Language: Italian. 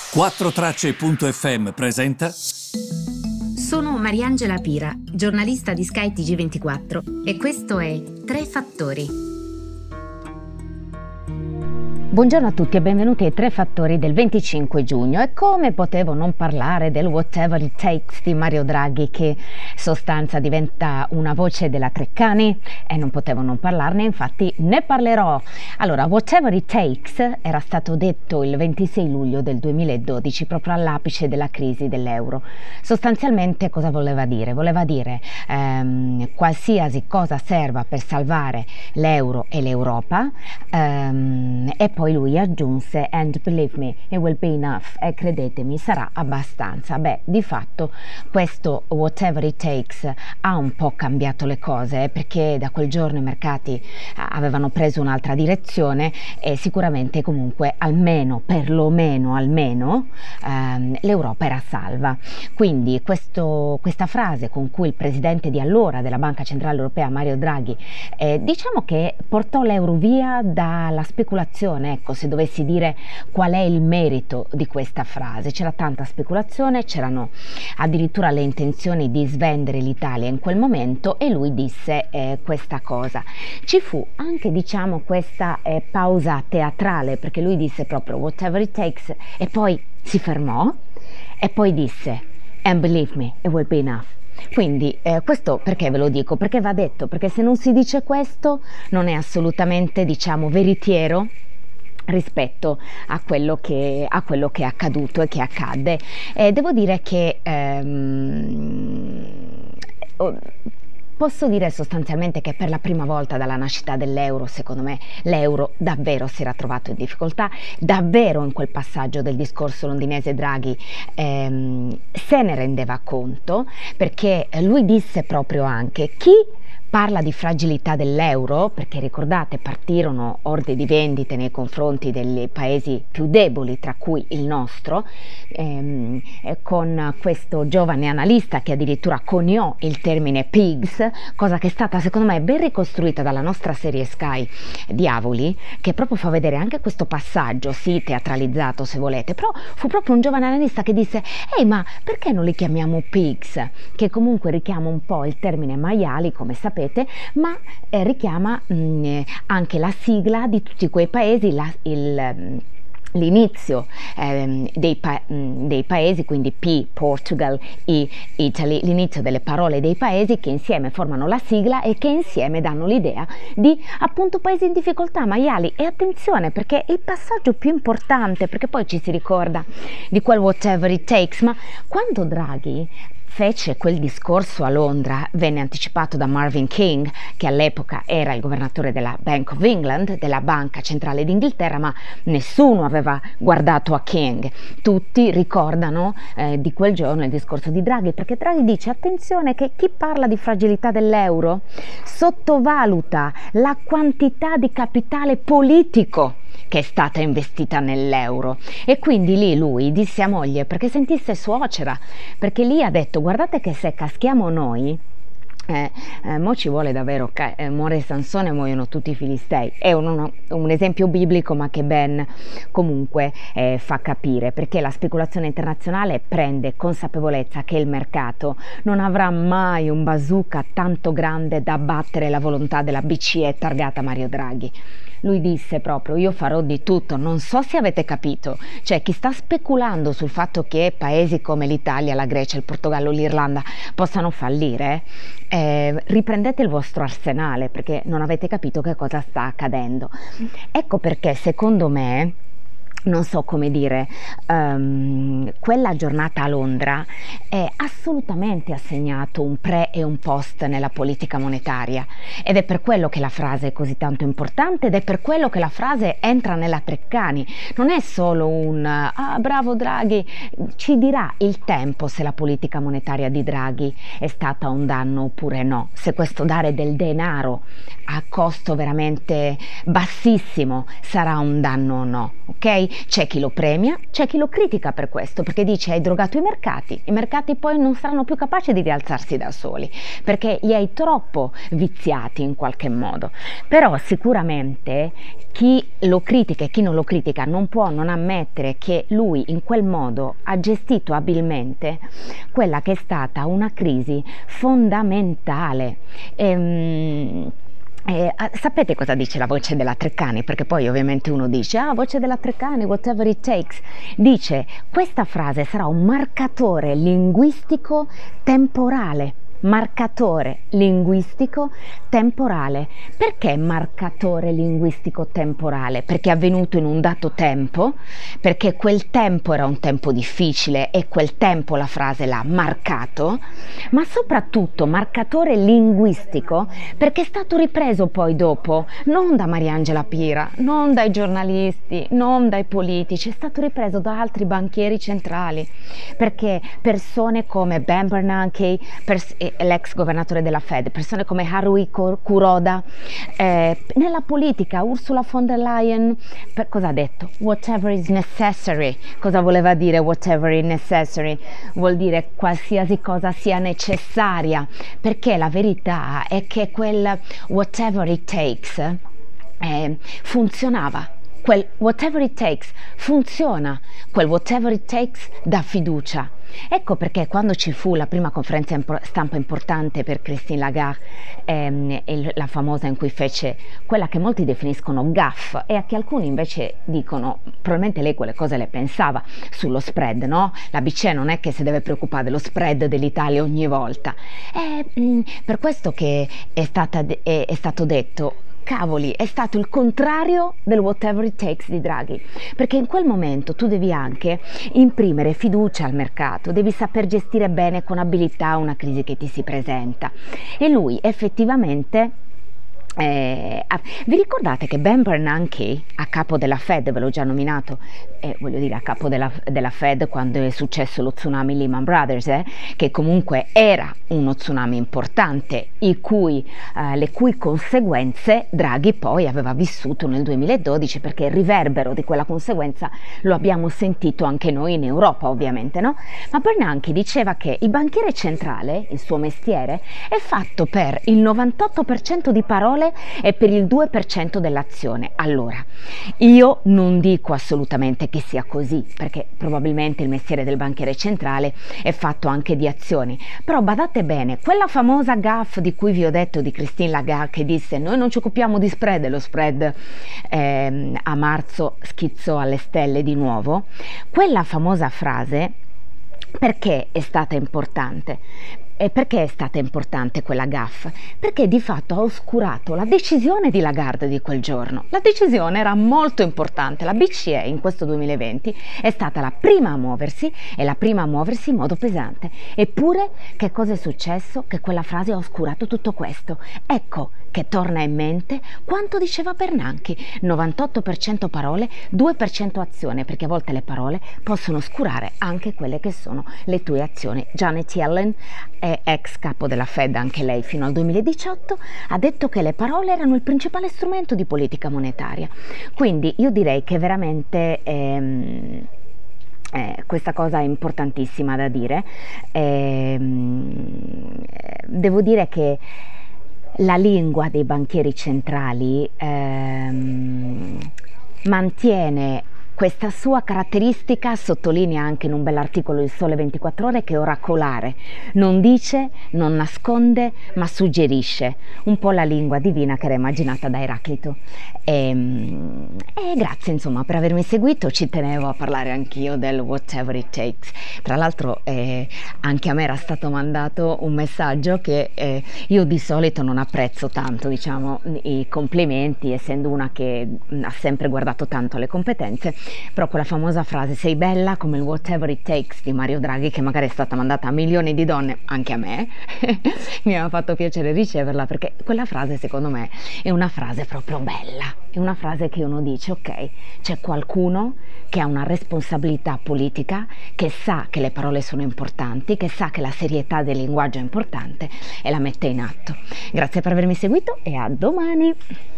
4Tracce.fm presenta. Sono Mariangela Pira, giornalista di Sky TG24 e questo è Tre Fattori. Buongiorno a tutti e benvenuti ai Tre Fattori del 25 giugno. E come potevo non parlare del Whatever It Takes di Mario Draghi, che sostanza diventa una voce della Treccani, e non potevo non parlarne, infatti ne parlerò. Allora, Whatever It Takes era stato detto il 26 luglio del 2012, proprio all'apice della crisi dell'euro. Sostanzialmente cosa voleva dire? Voleva dire qualsiasi cosa serva per salvare l'euro e l'Europa, e poi lui aggiunse "and believe me, it will be enough", e credetemi sarà abbastanza. Beh, di fatto questo whatever it takes ha un po' cambiato le cose, perché da quel giorno i mercati avevano preso un'altra direzione e sicuramente comunque perlomeno l'Europa era salva. Quindi questa frase con cui il presidente di allora della Banca Centrale Europea, Mario Draghi, diciamo che portò l'euro via dalla speculazione. Ecco, se dovessi dire qual è il merito di questa frase, c'era tanta speculazione, c'erano addirittura le intenzioni di svendere l'Italia in quel momento, e lui disse questa cosa. Ci fu anche, diciamo, questa pausa teatrale, perché lui disse proprio whatever it takes e poi si fermò e poi disse "and believe me, it will be enough". Quindi questo perché ve lo dico? Perché va detto, perché se non si dice questo non è assolutamente, diciamo, veritiero rispetto a quello che è accaduto e che accadde. Devo dire che posso dire sostanzialmente che per la prima volta dalla nascita dell'euro, secondo me, l'euro davvero si era trovato in difficoltà, davvero in quel passaggio del discorso londinese Draghi se ne rendeva conto, perché lui disse proprio anche: chi parla di fragilità dell'euro, perché ricordate partirono orde di vendite nei confronti dei paesi più deboli, tra cui il nostro, con questo giovane analista che addirittura coniò il termine pigs, cosa che è stata secondo me ben ricostruita dalla nostra serie Sky Diavoli, che proprio fa vedere anche questo passaggio, sì, teatralizzato se volete, però fu proprio un giovane analista che disse: ehi, ma perché non li chiamiamo pigs? Che comunque richiama un po' il termine maiali, come sapete, ma richiama anche la sigla di tutti quei paesi, l'inizio dei paesi, quindi P, Portugal, I, Italy, l'inizio delle parole dei paesi che insieme formano la sigla e che insieme danno l'idea di, appunto, paesi in difficoltà, maiali. E attenzione, perché il passaggio più importante, perché poi ci si ricorda di quel whatever it takes, ma quando Draghi fece quel discorso a Londra, venne anticipato da Marvin King, che all'epoca era il governatore della Bank of England, della Banca Centrale d'Inghilterra, ma nessuno aveva guardato a King. Tutti ricordano di quel giorno il discorso di Draghi, perché Draghi dice: attenzione che chi parla di fragilità dell'euro sottovaluta la quantità di capitale politico che è stata investita nell'euro. E quindi lì lui disse a moglie, perché sentisse suocera, perché lì ha detto: guardate che se caschiamo noi, mo ci vuole davvero, muore Sansone, muoiono tutti i Filistei. È un esempio biblico, ma che ben comunque fa capire, perché la speculazione internazionale prende consapevolezza che il mercato non avrà mai un bazooka tanto grande da abbattere la volontà della BCE targata Mario Draghi. Lui disse proprio: io farò di tutto. Non so se avete capito, cioè chi sta speculando sul fatto che paesi come l'Italia, la Grecia, il Portogallo, l'Irlanda possano fallire, riprendete il vostro arsenale, perché non avete capito che cosa sta accadendo. Ecco perché secondo me, non so come dire, quella giornata a Londra assolutamente ha segnato un pre e un post nella politica monetaria, ed è per quello che la frase è così tanto importante, ed è per quello che la frase entra nella Treccani. Non è solo un bravo Draghi. Ci dirà il tempo se la politica monetaria di Draghi è stata un danno oppure no, se questo dare del denaro a costo veramente bassissimo sarà un danno o no, ok? C'è chi lo premia, c'è chi lo critica per questo, perché dice: hai drogato i mercati poi non saranno più capaci di rialzarsi da soli, perché li hai troppo viziati in qualche modo. Però sicuramente chi lo critica e chi non lo critica non può non ammettere che lui in quel modo ha gestito abilmente quella che è stata una crisi fondamentale. Sapete cosa dice la voce della Treccani? Perché poi ovviamente uno dice, voce della Treccani, whatever it takes. Dice, questa frase sarà un marcatore linguistico temporale. Marcatore linguistico temporale. Perché marcatore linguistico temporale? Perché è avvenuto in un dato tempo, perché quel tempo era un tempo difficile e quel tempo la frase l'ha marcato, ma soprattutto marcatore linguistico perché è stato ripreso poi dopo non da Mariangela Pira, non dai giornalisti, non dai politici, è stato ripreso da altri banchieri centrali, perché persone come Ben Bernanke, l'ex governatore della Fed, persone come Haruhi Kuroda, nella politica Ursula von der Leyen, cosa ha detto? Whatever is necessary. Cosa voleva dire whatever is necessary? Vuol dire qualsiasi cosa sia necessaria, perché la verità è che quel whatever it takes funzionava. Quel whatever it takes funziona, quel whatever it takes dà fiducia. Ecco perché quando ci fu la prima conferenza stampa importante per Christine Lagarde, la famosa in cui fece quella che molti definiscono gaffe e a che alcuni invece dicono, probabilmente lei quelle cose le pensava sullo spread, no? La BCE non è che si deve preoccupare dello spread dell'Italia ogni volta. È per questo che è stato detto, cavoli, è stato il contrario del whatever it takes di Draghi, perché in quel momento tu devi anche imprimere fiducia al mercato, devi saper gestire bene con abilità una crisi che ti si presenta, e lui effettivamente vi ricordate che Ben Bernanke, a capo della Fed, ve l'ho già nominato, voglio dire a capo della Fed quando è successo lo tsunami Lehman Brothers, che comunque era uno tsunami importante, le cui conseguenze Draghi poi aveva vissuto nel 2012, perché il riverbero di quella conseguenza lo abbiamo sentito anche noi in Europa, ovviamente, no? Ma Bernanke diceva che il banchiere centrale, il suo mestiere, è fatto per il 98% di parole e per il 2% dell'azione. Allora, io non dico assolutamente che sia così, perché probabilmente il mestiere del banchiere centrale è fatto anche di azioni, però badate bene, quella famosa gaffe di cui vi ho detto di Christine Lagarde, che disse noi non ci occupiamo di spread, e lo spread a marzo schizzò alle stelle di nuovo, quella famosa frase perché è stata importante? E perché è stata importante quella gaffe? Perché di fatto ha oscurato la decisione di Lagarde di quel giorno. La decisione era molto importante. La BCE in questo 2020 è stata la prima a muoversi e la prima a muoversi in modo pesante. Eppure che cosa è successo? Che quella frase ha oscurato tutto questo. Ecco che torna in mente quanto diceva Bernanke: 98% parole, 2% azione, perché a volte le parole possono oscurare anche quelle che sono le tue azioni. Janet Yellen, ex capo della Fed anche lei fino al 2018, ha detto che le parole erano il principale strumento di politica monetaria. Quindi io direi che veramente questa cosa è importantissima da dire. Devo dire che la lingua dei banchieri centrali mantiene questa sua caratteristica, sottolinea anche in un bell'articolo Il Sole 24 Ore, che è oracolare, non dice, non nasconde, ma suggerisce, un po' la lingua divina che era immaginata da Eraclito. E grazie insomma per avermi seguito, ci tenevo a parlare anch'io del whatever it takes. Tra l'altro anche a me era stato mandato un messaggio che io di solito non apprezzo tanto, diciamo, i complimenti, essendo una che ha sempre guardato tanto alle competenze, però quella famosa frase sei bella come il whatever it takes di Mario Draghi, che magari è stata mandata a milioni di donne, anche a me, mi aveva fatto piacere riceverla, perché quella frase secondo me è una frase proprio bella, è una frase che uno dice ok, c'è qualcuno che ha una responsabilità politica, che sa che le parole sono importanti, che sa che la serietà del linguaggio è importante e la mette in atto. Grazie per avermi seguito e a domani!